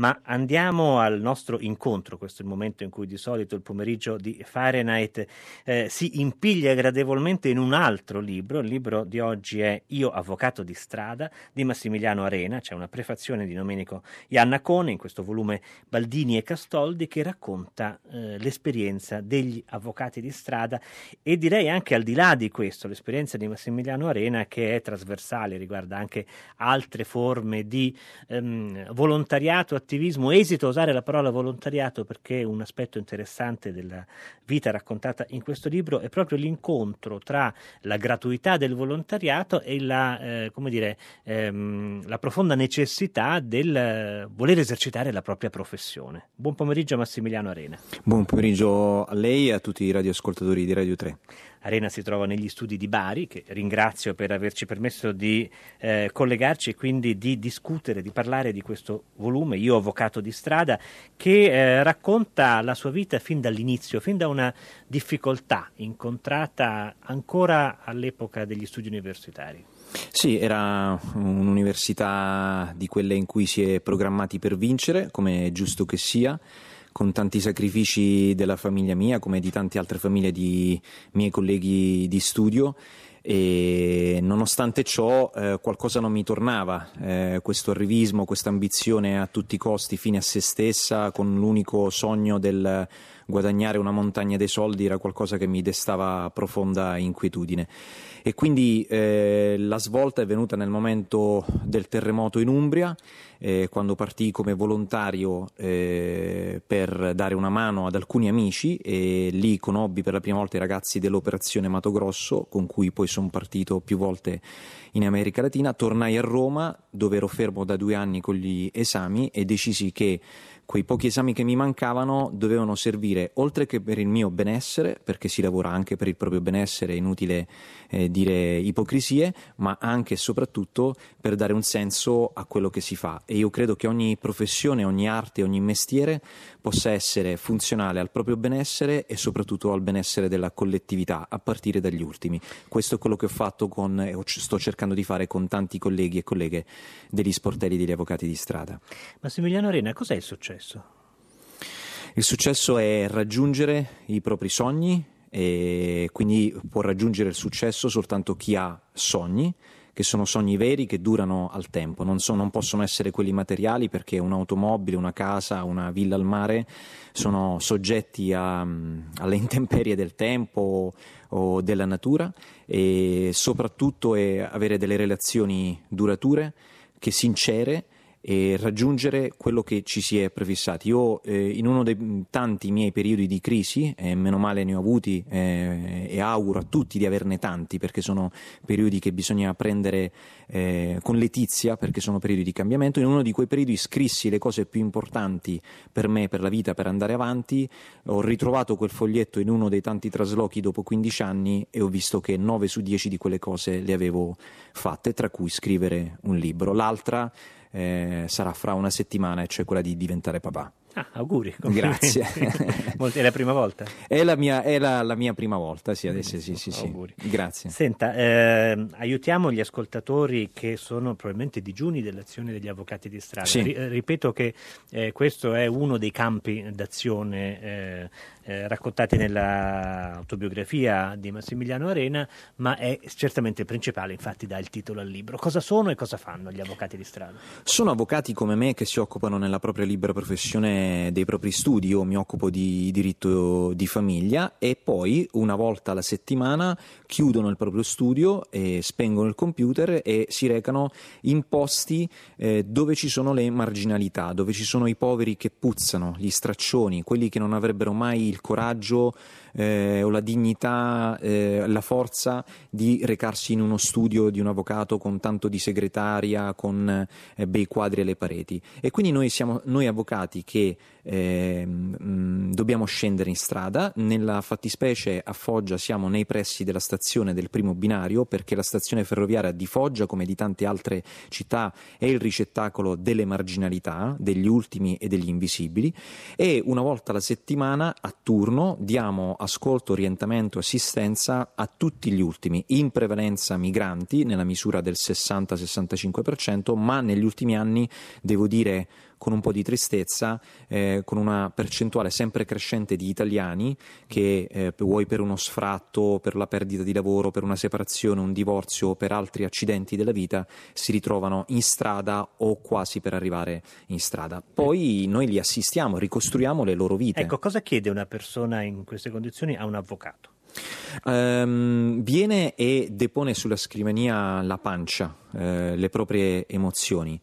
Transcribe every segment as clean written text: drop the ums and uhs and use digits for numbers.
Ma andiamo al nostro incontro, questo è il momento in cui di solito il pomeriggio di Fahrenheit si impiglia gradevolmente in un altro libro. Il libro di oggi è Io avvocato di strada di Massimiliano Arena, c'è una prefazione di Domenico Iannacone in questo volume Baldini e Castoldi che racconta l'esperienza degli avvocati di strada e direi anche al di là di questo l'esperienza di Massimiliano Arena che è trasversale, riguarda anche altre forme di volontariato, attivismo. Esito a usare la parola volontariato perché un aspetto interessante della vita raccontata in questo libro è proprio l'incontro tra la gratuità del volontariato e la profonda necessità del voler esercitare la propria professione. Buon pomeriggio Massimiliano Arena. Buon pomeriggio a lei e a tutti i radioascoltatori di Radio 3. Arena si trova negli studi di Bari, che ringrazio per averci permesso di collegarci e quindi di discutere, di parlare di questo volume, Io avvocato di strada, che racconta la sua vita fin dall'inizio, fin da una difficoltà incontrata ancora all'epoca degli studi universitari. Sì, era un'università di quelle in cui si è programmati per vincere, come è giusto che sia, con tanti sacrifici della famiglia mia, come di tante altre famiglie di miei colleghi di studio, e nonostante ciò qualcosa non mi tornava, questo arrivismo, questa ambizione a tutti i costi fine a se stessa, con l'unico sogno del guadagnare una montagna dei soldi, era qualcosa che mi destava profonda inquietudine. E quindi la svolta è venuta nel momento del terremoto in Umbria, quando partii come volontario per dare una mano ad alcuni amici, e lì conobbi per la prima volta i ragazzi dell'Operazione Mato Grosso, con cui poi sono partito più volte in America Latina. Tornai a Roma, dove ero fermo da 2 anni con gli esami, e decisi che quei pochi esami che mi mancavano dovevano servire, oltre che per il mio benessere, perché si lavora anche per il proprio benessere, è inutile dire ipocrisie, ma anche e soprattutto per dare un senso a quello che si fa. E io credo che ogni professione, ogni arte, ogni mestiere possa essere funzionale al proprio benessere e soprattutto al benessere della collettività, a partire dagli ultimi. Questo è quello che ho fatto e sto cercando di fare con tanti colleghi e colleghe degli sportelli degli avvocati di strada. Massimiliano Arena, cos'è il successo? Il successo è raggiungere i propri sogni, e quindi può raggiungere il successo soltanto chi ha sogni, che sono sogni veri, che durano al tempo, non possono essere quelli materiali, perché un'automobile, una casa, una villa al mare sono soggetti alle intemperie del tempo o della natura, e soprattutto è avere delle relazioni durature, che sincere, e raggiungere quello che ci si è prefissati. Io in uno dei tanti miei periodi di crisi, meno male ne ho avuti, e auguro a tutti di averne tanti, perché sono periodi che bisogna prendere con letizia, perché sono periodi di cambiamento. In uno di quei periodi scrissi le cose più importanti per me, per la vita, per andare avanti. Ho ritrovato quel foglietto in uno dei tanti traslochi dopo 15 anni e ho visto che 9 su 10 di quelle cose le avevo fatte, tra cui scrivere un libro. L'altra sarà fra una settimana, e cioè quella di diventare papà. Auguri. Grazie. È la prima volta? È la mia prima volta, sì, adesso sì. Auguri. Grazie. Senta, aiutiamo gli ascoltatori che sono probabilmente digiuni dell'azione degli avvocati di strada. Sì. Ripeto che questo è uno dei campi d'azione raccontati nella autobiografia di Massimiliano Arena, ma è certamente il principale, infatti dà il titolo al libro. Cosa sono e cosa fanno gli avvocati di strada? Sono avvocati come me che si occupano nella propria libera professione dei propri studi. Io mi occupo di diritto di famiglia, e poi una volta alla settimana chiudono il proprio studio e spengono il computer e si recano in posti dove ci sono le marginalità, dove ci sono i poveri che puzzano, gli straccioni, quelli che non avrebbero mai il coraggio o la dignità, la forza di recarsi in uno studio di un avvocato con tanto di segretaria, con bei quadri alle pareti. E quindi noi avvocati che dobbiamo scendere in strada. Nella fattispecie a Foggia siamo nei pressi della stazione del primo binario, perché la stazione ferroviaria di Foggia, come di tante altre città, è il ricettacolo delle marginalità, degli ultimi e degli invisibili, e una volta alla settimana a turno diamo ascolto, orientamento, assistenza a tutti gli ultimi, in prevalenza migranti nella misura del 60-65%, ma negli ultimi anni devo dire con un po' di tristezza, con una percentuale sempre crescente di italiani che vuoi per uno sfratto, per la perdita di lavoro, per una separazione, un divorzio o per altri accidenti della vita si ritrovano in strada o quasi per arrivare in strada. Poi noi li assistiamo, ricostruiamo le loro vite. Ecco, cosa chiede una persona in queste condizioni a un avvocato? Viene e depone sulla scrivania la pancia, le proprie emozioni.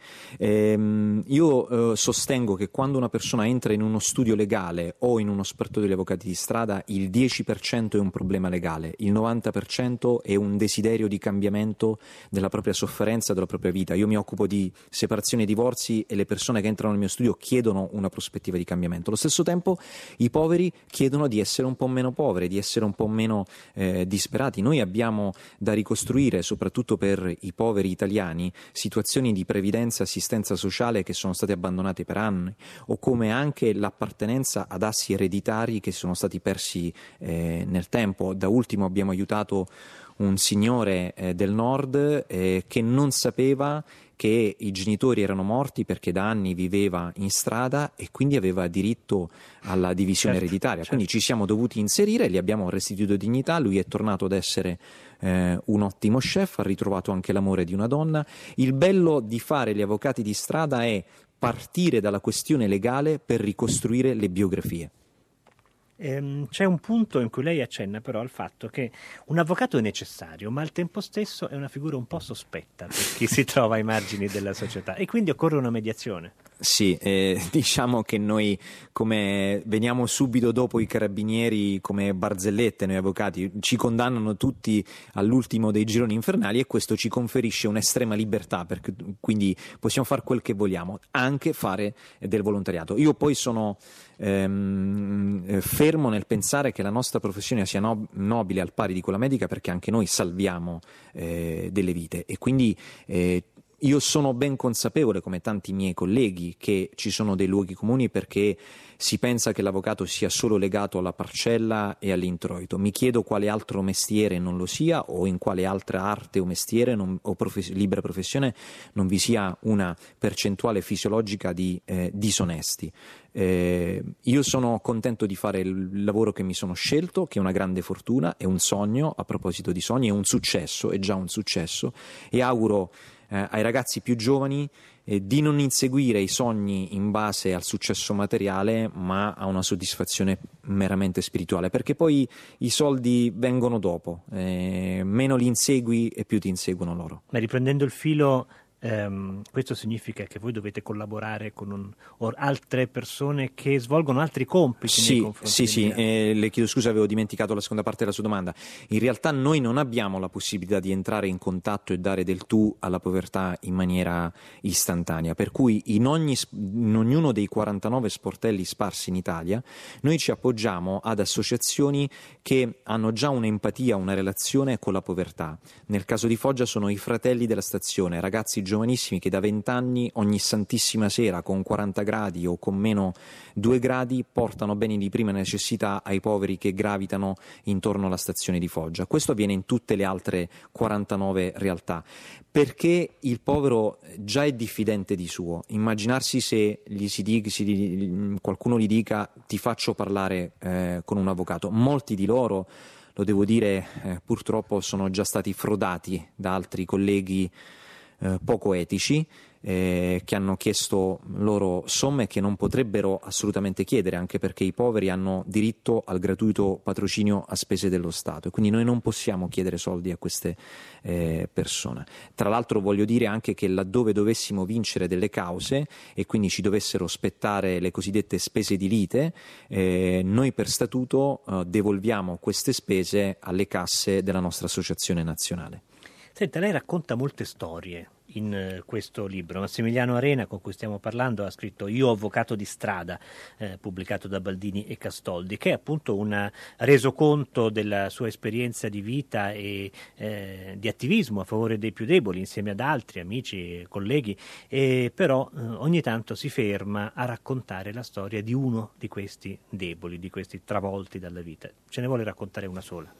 Io sostengo che quando una persona entra in uno studio legale o in uno spartito degli avvocati di strada, il 10% è un problema legale, il 90% è un desiderio di cambiamento della propria sofferenza, della propria vita. Io mi occupo di separazioni e divorzi e le persone che entrano nel mio studio chiedono una prospettiva di cambiamento. Allo stesso tempo i poveri chiedono di essere un po' meno poveri, di essere un po' meno disperati. Noi abbiamo da ricostruire, soprattutto per i poveri italiani, situazioni di previdenza e assistenza sociale che sono state abbandonate per anni, o come anche l'appartenenza ad assi ereditari che sono stati persi nel tempo. Da ultimo abbiamo aiutato un signore del nord che non sapeva che i genitori erano morti perché da anni viveva in strada e quindi aveva diritto alla divisione ereditaria. Quindi ci siamo dovuti inserire, gli abbiamo restituito dignità, lui è tornato ad essere un ottimo chef, ha ritrovato anche l'amore di una donna. Il bello di fare gli avvocati di strada è partire dalla questione legale per ricostruire le biografie. C'è un punto in cui lei accenna però al fatto che un avvocato è necessario, ma al tempo stesso è una figura un po' sospetta per chi si trova ai margini della società e quindi occorre una mediazione. Sì, diciamo che noi come veniamo subito dopo i carabinieri come barzellette, noi avvocati ci condannano tutti all'ultimo dei gironi infernali e questo ci conferisce un'estrema libertà, perché quindi possiamo fare quel che vogliamo, anche fare del volontariato. Io poi sono fermo nel pensare che la nostra professione sia nobile al pari di quella medica, perché anche noi salviamo delle vite e quindi io sono ben consapevole, come tanti miei colleghi, che ci sono dei luoghi comuni perché si pensa che l'avvocato sia solo legato alla parcella e all'introito. Mi chiedo quale altro mestiere non lo sia, o in quale altra arte o mestiere o libera professione non vi sia una percentuale fisiologica di disonesti. Io sono contento di fare il lavoro che mi sono scelto, che è una grande fortuna, è un sogno. A proposito di sogni, è un successo, è già un successo, e auguro ai ragazzi più giovani di non inseguire i sogni in base al successo materiale, ma a una soddisfazione meramente spirituale, perché poi i soldi vengono dopo, meno li insegui e più ti inseguono loro. Ma riprendendo il filo, questo significa che voi dovete collaborare con altre persone che svolgono altri compiti nei confronti Sì, le chiedo scusa, avevo dimenticato la seconda parte della sua domanda. In realtà noi non abbiamo la possibilità di entrare in contatto e dare del tu alla povertà in maniera istantanea, per cui in ognuno dei 49 sportelli sparsi in Italia noi ci appoggiamo ad associazioni che hanno già un'empatia, una relazione con la povertà. Nel caso di Foggia sono i Fratelli della Stazione, ragazzi giovanissimi che da 20 anni ogni santissima sera con 40 gradi o con meno 2 gradi portano beni di prima necessità ai poveri che gravitano intorno alla stazione di Foggia. Questo avviene in tutte le altre 49 realtà, perché il povero già è diffidente di suo. Immaginarsi se qualcuno gli dica ti faccio parlare con un avvocato. Molti di loro, lo devo dire, purtroppo sono già stati frodati da altri colleghi poco etici che hanno chiesto loro somme che non potrebbero assolutamente chiedere, anche perché i poveri hanno diritto al gratuito patrocinio a spese dello Stato e quindi noi non possiamo chiedere soldi a queste persone. Tra l'altro voglio dire anche che laddove dovessimo vincere delle cause e quindi ci dovessero spettare le cosiddette spese di lite, noi per statuto devolviamo queste spese alle casse della nostra associazione nazionale. Senta, lei racconta molte storie in questo libro. Massimiliano Arena, con cui stiamo parlando, ha scritto Io avvocato di strada, pubblicato da Baldini e Castoldi, che è appunto un resoconto della sua esperienza di vita e di attivismo a favore dei più deboli, insieme ad altri amici e colleghi, e però ogni tanto si ferma a raccontare la storia di uno di questi deboli, di questi travolti dalla vita. Ce ne vuole raccontare una sola?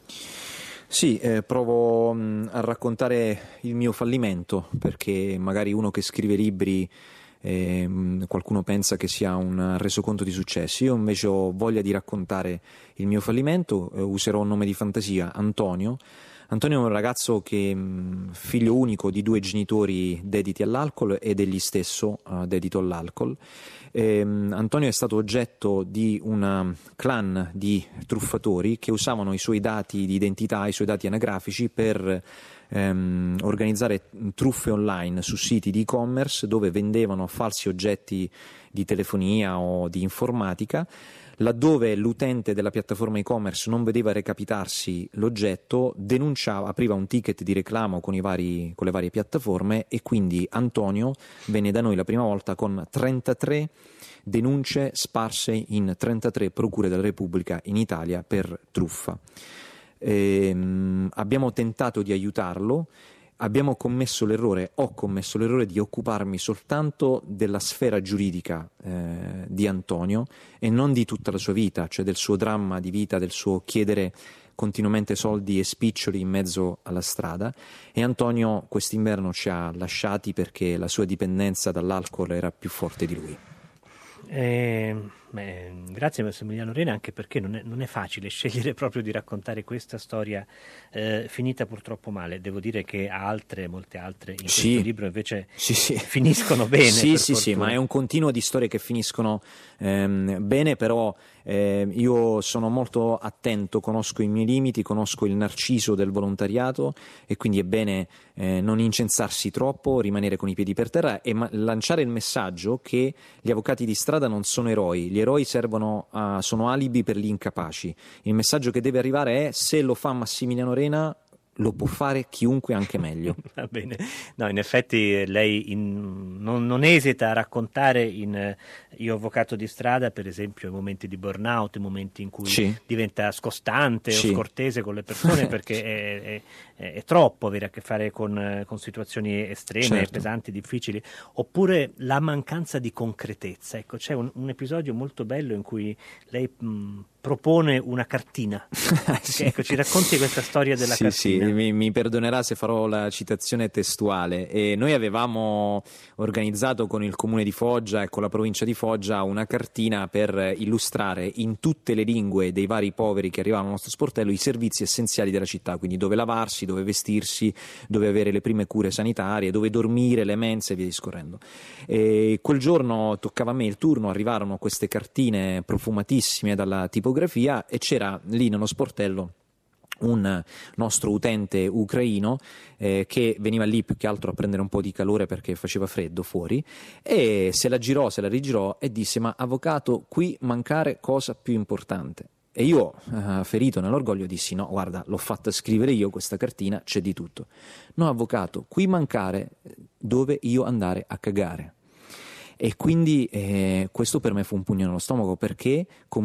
Sì, provo a raccontare il mio fallimento, perché magari uno che scrive libri qualcuno pensa che sia un resoconto di successi. Io invece ho voglia di raccontare il mio fallimento, userò un nome di fantasia, Antonio. Antonio è un ragazzo che, figlio unico di 2 genitori dediti all'alcol ed egli stesso dedito all'alcol. Antonio è stato oggetto di un clan di truffatori che usavano i suoi dati di identità, i suoi dati anagrafici per organizzare truffe online su siti di e-commerce dove vendevano falsi oggetti di telefonia o di informatica. Laddove l'utente della piattaforma e-commerce non vedeva recapitarsi l'oggetto, denunciava, apriva un ticket di reclamo con le varie piattaforme, e quindi Antonio venne da noi la prima volta con 33 denunce sparse in 33 procure della Repubblica in Italia per truffa. Abbiamo tentato di aiutarlo. Ho commesso l'errore di occuparmi soltanto della sfera giuridica di Antonio e non di tutta la sua vita, cioè del suo dramma di vita, del suo chiedere continuamente soldi e spiccioli in mezzo alla strada. E Antonio quest'inverno ci ha lasciati perché la sua dipendenza dall'alcol era più forte di lui. Grazie Massimiliano Rena, anche perché non è facile scegliere proprio di raccontare questa storia finita purtroppo male. Devo dire che molte altre in questo libro invece finiscono bene. Sì, ma è un continuo di storie che finiscono bene, però io sono molto attento, conosco i miei limiti, conosco il narciso del volontariato, e quindi è bene non incensarsi troppo, rimanere con i piedi per terra e lanciare il messaggio che gli avvocati di strada non sono eroi. Gli eroi sono alibi per gli incapaci. Il messaggio che deve arrivare è: se lo fa Massimiliano Rena, lo può fare chiunque, anche meglio. Va bene. No, in effetti lei non esita a raccontare in Io avvocato di strada, per esempio, i momenti di burnout, i momenti in cui diventa scostante o scortese con le persone, perché è troppo avere a che fare con situazioni estreme, pesanti, difficili, oppure la mancanza di concretezza. Ecco, c'è un episodio molto bello in cui lei propone una cartina. Ecco, ci racconti questa storia della cartina. Mi perdonerà se farò la citazione testuale. E noi avevamo organizzato con il comune di Foggia e con la provincia di Foggia una cartina per illustrare in tutte le lingue dei vari poveri che arrivavano al nostro sportello i servizi essenziali della città, quindi dove lavarsi, dove vestirsi, dove avere le prime cure sanitarie, dove dormire, le mense e via discorrendo. E quel giorno toccava a me il turno, arrivarono queste cartine profumatissime dalla tipografia e c'era lì nello sportello un nostro utente ucraino che veniva lì più che altro a prendere un po' di calore perché faceva freddo fuori, e se la rigirò e disse: ma avvocato, qui mancare cosa più importante. E io, ferito nell'orgoglio, dissi: no, guarda, l'ho fatta scrivere io questa cartina, c'è di tutto. No, avvocato, qui mancare dove io andare a cagare. E quindi questo per me fu un pugno nello stomaco, perché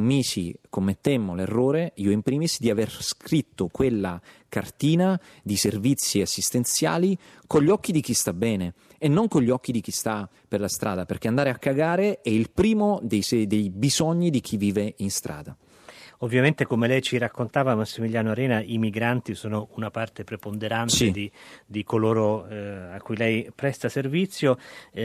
commettemmo l'errore, io in primis, di aver scritto quella cartina di servizi assistenziali con gli occhi di chi sta bene e non con gli occhi di chi sta per la strada, perché andare a cagare è il primo dei bisogni di chi vive in strada. Ovviamente, come lei ci raccontava, Massimiliano Rena, i migranti sono una parte preponderante di coloro a cui lei presta servizio.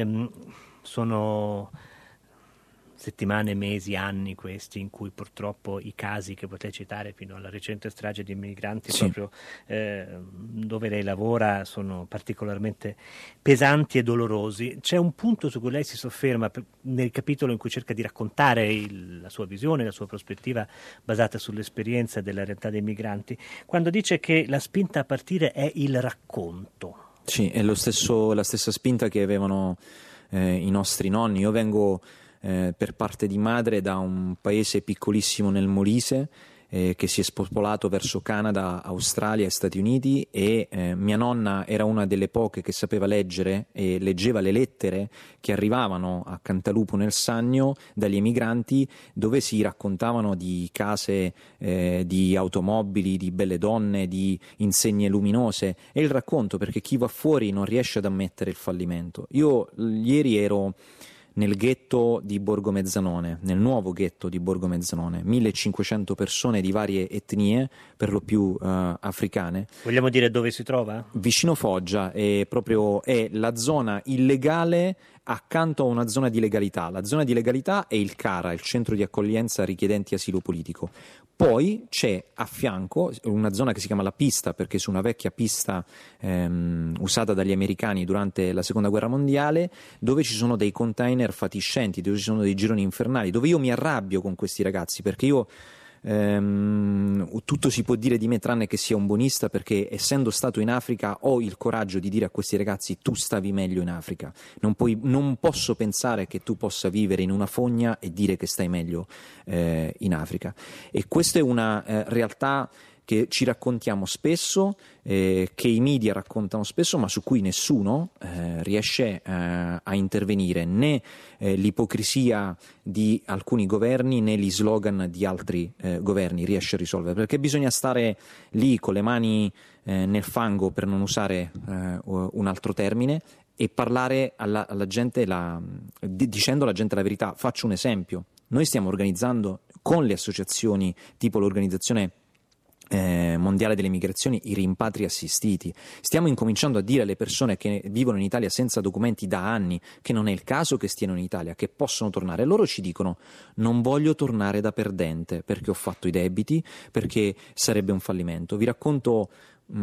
Sono settimane, mesi, anni questi in cui purtroppo i casi che potete citare fino alla recente strage di immigranti proprio dove lei lavora sono particolarmente pesanti e dolorosi. C'è un punto su cui lei si sofferma nel capitolo in cui cerca di raccontare la sua visione, la sua prospettiva basata sull'esperienza della realtà dei migranti, quando dice che la spinta a partire è il racconto. Sì, è la stessa spinta che avevano i nostri nonni. Io vengo per parte di madre da un paese piccolissimo nel Molise che si è spopolato verso Canada, Australia e Stati Uniti, e mia nonna era una delle poche che sapeva leggere e leggeva le lettere che arrivavano a Cantalupo nel Sannio dagli emigranti, dove si raccontavano di case, di automobili, di belle donne, di insegne luminose. E il racconto, perché chi va fuori non riesce ad ammettere il fallimento. Io ieri ero nel ghetto di Borgo Mezzanone, nel nuovo ghetto di Borgo Mezzanone, 1500 persone di varie etnie, per lo più africane. Vogliamo dire dove si trova? Vicino Foggia, è la zona illegale accanto a una zona di legalità. La zona di legalità è il CARA, il centro di accoglienza richiedenti asilo politico. Poi c'è a fianco una zona che si chiama la pista, perché su una vecchia pista usata dagli americani durante la seconda guerra mondiale, dove ci sono dei container fatiscenti, dove ci sono dei gironi infernali, dove io mi arrabbio con questi ragazzi, perché io tutto si può dire di me tranne che sia un buonista, perché essendo stato in Africa ho il coraggio di dire a questi ragazzi: tu stavi meglio in Africa, non posso pensare che tu possa vivere in una fogna e dire che stai meglio in Africa. E questa è una realtà che ci raccontiamo spesso, che i media raccontano spesso, ma su cui nessuno riesce a intervenire, né l'ipocrisia di alcuni governi né gli slogan di altri governi riesce a risolvere, perché bisogna stare lì con le mani nel fango, per non usare un altro termine, e parlare alla gente dicendo alla gente la verità. Faccio un esempio: noi stiamo organizzando con le associazioni tipo l'organizzazione mondiale delle migrazioni i rimpatri assistiti. Stiamo incominciando a dire alle persone che vivono in Italia senza documenti da anni che non è il caso che stiano in Italia, che possono tornare. Loro ci dicono: non voglio tornare da perdente perché ho fatto i debiti, perché sarebbe un fallimento. Vi racconto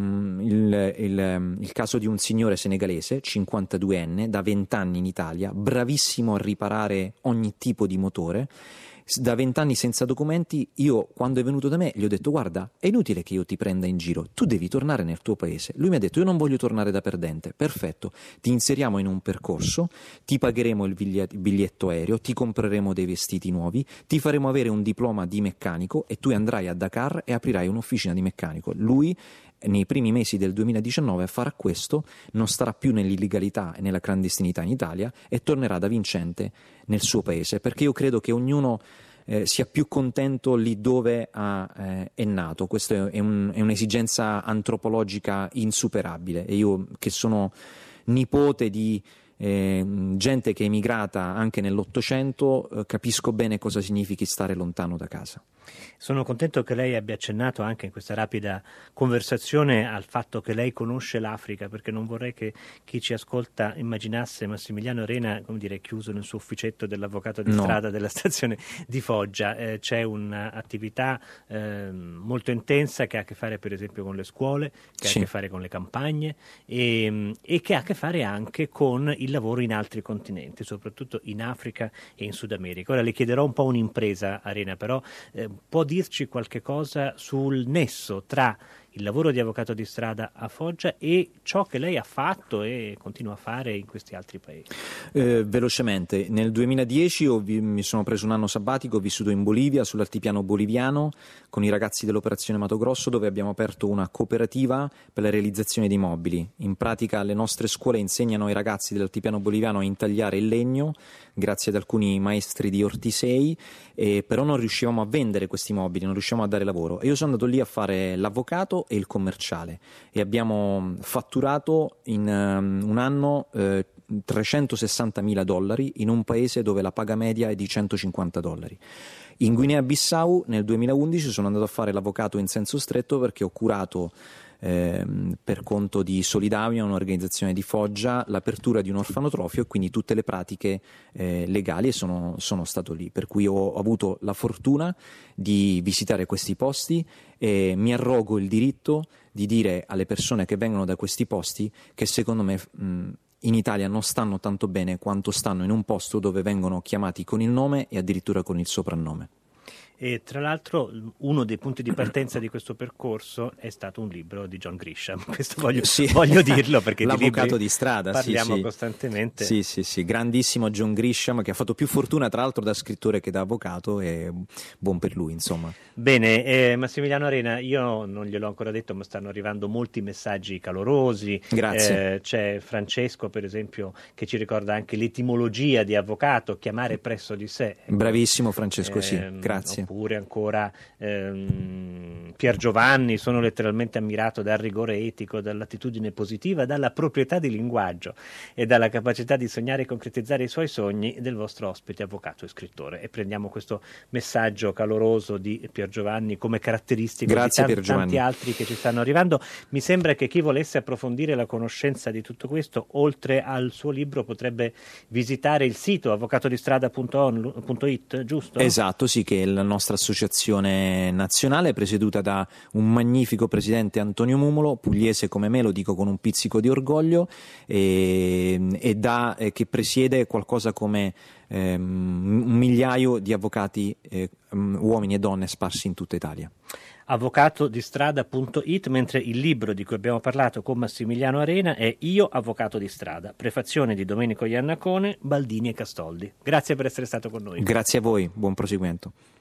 il caso di un signore senegalese, 52enne, da 20 anni in Italia, bravissimo a riparare ogni tipo di motore. Da 20 anni senza documenti. Io, quando è venuto da me, gli ho detto: guarda, è inutile che io ti prenda in giro, tu devi tornare nel tuo paese. Lui mi ha detto: io non voglio tornare da perdente. Perfetto, ti inseriamo in un percorso, ti pagheremo il biglietto aereo, ti compreremo dei vestiti nuovi, ti faremo avere un diploma di meccanico e tu andrai a Dakar e aprirai un'officina di meccanico. Lui, nei primi mesi del 2019, farà questo, non starà più nell'illegalità e nella clandestinità in Italia e tornerà da vincente nel suo paese, perché io credo che ognuno sia più contento lì dove è nato. Questa è un'esigenza antropologica insuperabile, e io, che sono nipote di gente che è emigrata anche nell'Ottocento, capisco bene cosa significhi stare lontano da casa. Sono contento che lei abbia accennato anche in questa rapida conversazione al fatto che lei conosce l'Africa, perché non vorrei che chi ci ascolta immaginasse Massimiliano Arena, come dire, chiuso nel suo ufficetto dell'avvocato di strada della stazione di Foggia. C'è un'attività molto intensa che ha a che fare per esempio con le scuole, che ha a che fare con le campagne e che ha a che fare anche con il lavoro in altri continenti, soprattutto in Africa e in Sud America. Ora le chiederò un po' un'impresa, Arena, però può dirci qualche cosa sul nesso tra il lavoro di avvocato di strada a Foggia e ciò che lei ha fatto e continua a fare in questi altri paesi? Velocemente, nel 2010 mi sono preso un anno sabbatico, ho vissuto in Bolivia, sull'altipiano boliviano, con i ragazzi dell'Operazione Mato Grosso, dove abbiamo aperto una cooperativa per la realizzazione di mobili. In pratica le nostre scuole insegnano ai ragazzi dell'altipiano boliviano a intagliare il legno, grazie ad alcuni maestri di Ortisei, però non riuscivamo a vendere questi mobili, non riuscivamo a dare lavoro. E io sono andato lì a fare l'avvocato e il commerciale, e abbiamo fatturato in un anno $360.000 in un paese dove la paga media è di $150. In Guinea-Bissau nel 2011 sono andato a fare l'avvocato in senso stretto, perché ho curato per conto di Solidavia, un'organizzazione di Foggia, l'apertura di un orfanotrofio e quindi tutte le pratiche legali, e sono stato lì, per cui ho avuto la fortuna di visitare questi posti e mi arrogo il diritto di dire alle persone che vengono da questi posti che secondo me in Italia non stanno tanto bene quanto stanno in un posto dove vengono chiamati con il nome e addirittura con il soprannome. E tra l'altro uno dei punti di partenza di questo percorso è stato un libro di John Grisham. Questo voglio dirlo, perché l'avvocato di strada parliamo costantemente. Sì, grandissimo John Grisham, che ha fatto più fortuna tra l'altro da scrittore che da avvocato, e buon per lui, insomma. Bene, Massimiliano Arena, io non gliel'ho ancora detto, ma stanno arrivando molti messaggi calorosi. Grazie. C'è Francesco, per esempio, che ci ricorda anche l'etimologia di avvocato, chiamare presso di sé. Bravissimo Francesco, sì, grazie. oppure ancora Pier Giovanni. Sono letteralmente ammirato dal rigore etico, dall'attitudine positiva, dalla proprietà di linguaggio e dalla capacità di sognare e concretizzare i suoi sogni del vostro ospite, avvocato e scrittore. E prendiamo questo messaggio caloroso di Pier Giovanni come caratteristico di tanti altri che ci stanno arrivando. Mi sembra che chi volesse approfondire la conoscenza di tutto questo, oltre al suo libro, potrebbe visitare il sito avvocatodistrada.it, giusto? Esatto, sì, che è la nostra associazione nazionale, presieduta da un magnifico presidente, Antonio Mumulo, pugliese come me, lo dico con un pizzico di orgoglio, che presiede qualcosa come 1.000.000 di avvocati, uomini e donne sparsi in tutta Italia. Avvocatodistrada.it, mentre il libro di cui abbiamo parlato con Massimiliano Arena è Io avvocato di strada, prefazione di Domenico Iannacone, Baldini e Castoldi. Grazie per essere stato con noi. Grazie a voi, buon proseguimento.